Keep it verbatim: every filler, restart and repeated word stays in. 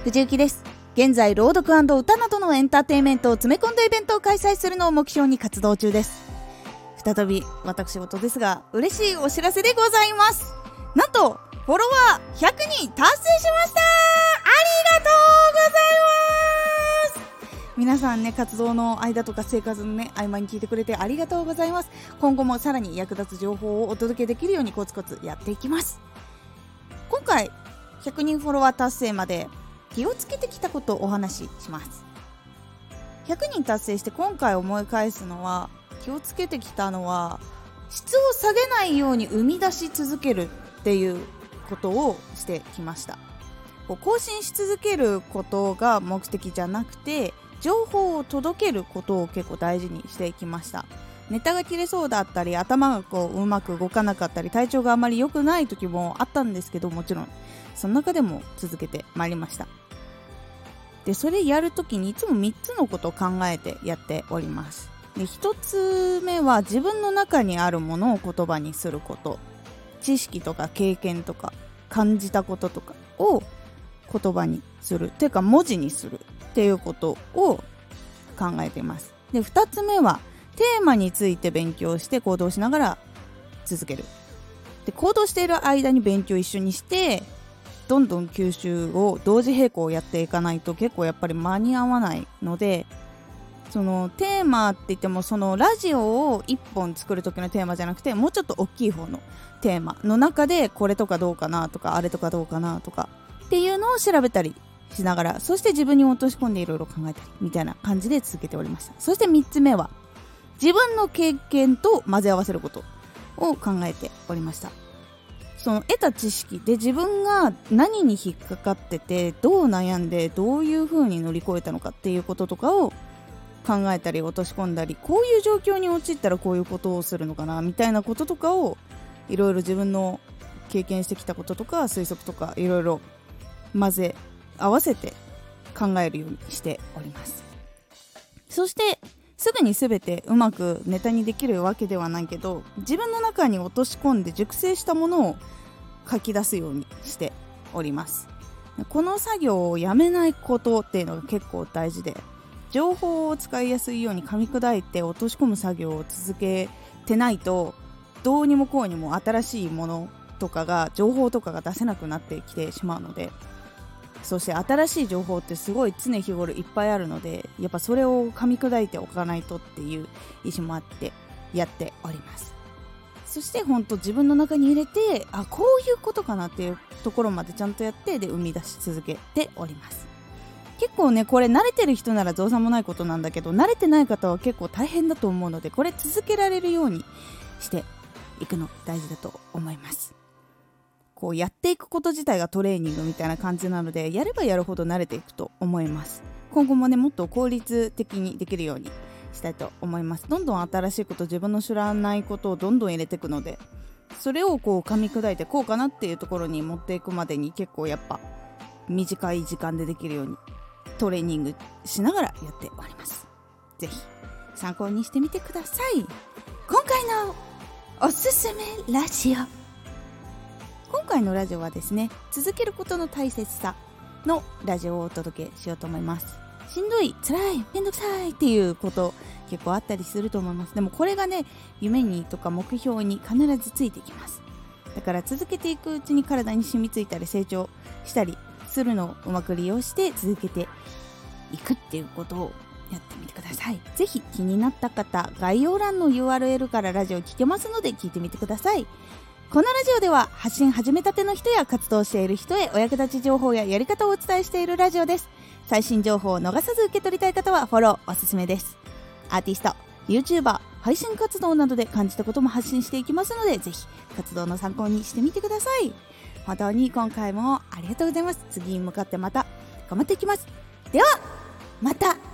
藤幸です。現在朗読&歌などのエンターテインメントを詰め込んだイベントを開催するのを目標に活動中です。再び私事ですが嬉しいお知らせでございます。なんとフォロワーひゃくにん達成しました。ありがとうございます。皆さんね、活動の間とか生活のね合間に聞いてくれてありがとうございます。今後もさらに役立つ情報をお届けできるようにコツコツやっていきます。今回ひゃくにんフォロワー達成まで気をつけてきたことをお話しします。ひゃくにん達成して今回思い返すのは、気をつけてきたのは質を下げないように生み出し続けるっていうことをしてきました。こう更新し続けることが目的じゃなくて、情報を届けることを結構大事にしてきました。ネタが切れそうだったり、頭がこううまく動かなかったり、体調があまり良くない時もあったんですけど、もちろんその中でも続けてまいりました。でそれやるときにいつもみっつのことを考えてやっております。でひとつめは自分の中にあるものを言葉にすること、知識とか経験とか感じたこととかを言葉にするていうか文字にするっていうことを考えています。でふたつめはテーマについて勉強して行動しながら続ける。で行動している間に勉強一緒にしてどんどん吸収を同時並行やっていかないと結構やっぱり間に合わないので、そのテーマって言ってもそのラジオをいっぽん作る時のテーマじゃなくて、もうちょっと大きい方のテーマの中でこれとかどうかなとかあれとかどうかなとかっていうのを調べたりしながら、そして自分に落とし込んでいろいろ考えたりみたいな感じで続けておりました。そしてみっつめは自分の経験と混ぜ合わせることを考えておりました。その得た知識で自分が何に引っかかってて、どう悩んでどういう風に乗り越えたのかっていうこととかを考えたり落とし込んだり、こういう状況に陥ったらこういうことをするのかなみたいなこととかをいろいろ自分の経験してきたこととか推測とかいろいろ混ぜ合わせて考えるようにしております。そしてすぐに全てうまくネタにできるわけではないけど、自分の中に落とし込んで熟成したものを書き出すようにしております。この作業をやめないことっていうのが結構大事で、情報を使いやすいように噛み砕いて落とし込む作業を続けてないと、どうにもこうにも新しいものとかが情報とかが出せなくなってきてしまうので、そして新しい情報ってすごい常日頃いっぱいあるので、やっぱそれを噛み砕いておかないとっていう意思もあってやっております。そして本当自分の中に入れて、あ、こういうことかなっていうところまでちゃんとやってで生み出し続けております。結構ね、これ慣れてる人なら造作もないことなんだけど、慣れてない方は結構大変だと思うので、これ続けられるようにしていくの大事だと思います。こうやっていくこと自体がトレーニングみたいな感じなので、やればやるほど慣れていくと思います。今後もね、もっと効率的にできるようにしたいと思います。どんどん新しいこと、自分の知らないことをどんどん入れていくので、それをこう噛み砕いてこうかなっていうところに持っていくまでに結構やっぱ短い時間でできるようにトレーニングしながらやっております。ぜひ参考にしてみてください。今回のおすすめラジオ、今回のラジオはですね、続けることの大切さのラジオをお届けしようと思います。しんどい、辛い、めんどくさいっていうこと結構あったりすると思います。でもこれがね、夢にとか目標に必ずついていきます。だから続けていくうちに体に染みついたり成長したりするのをうまく利用して続けていくっていうことをやってみてください。ぜひ気になった方、概要欄の ユーアールエル からラジオ聞けますので聞いてみてください。このラジオでは発信始めたての人や活動している人へお役立ち情報ややり方をお伝えしているラジオです。最新情報を逃さず受け取りたい方はフォローおすすめです。アーティスト、YouTuber、配信活動などで感じたことも発信していきますので、ぜひ活動の参考にしてみてください。本当に今回もありがとうございます。次に向かってまた頑張っていきます。ではまた。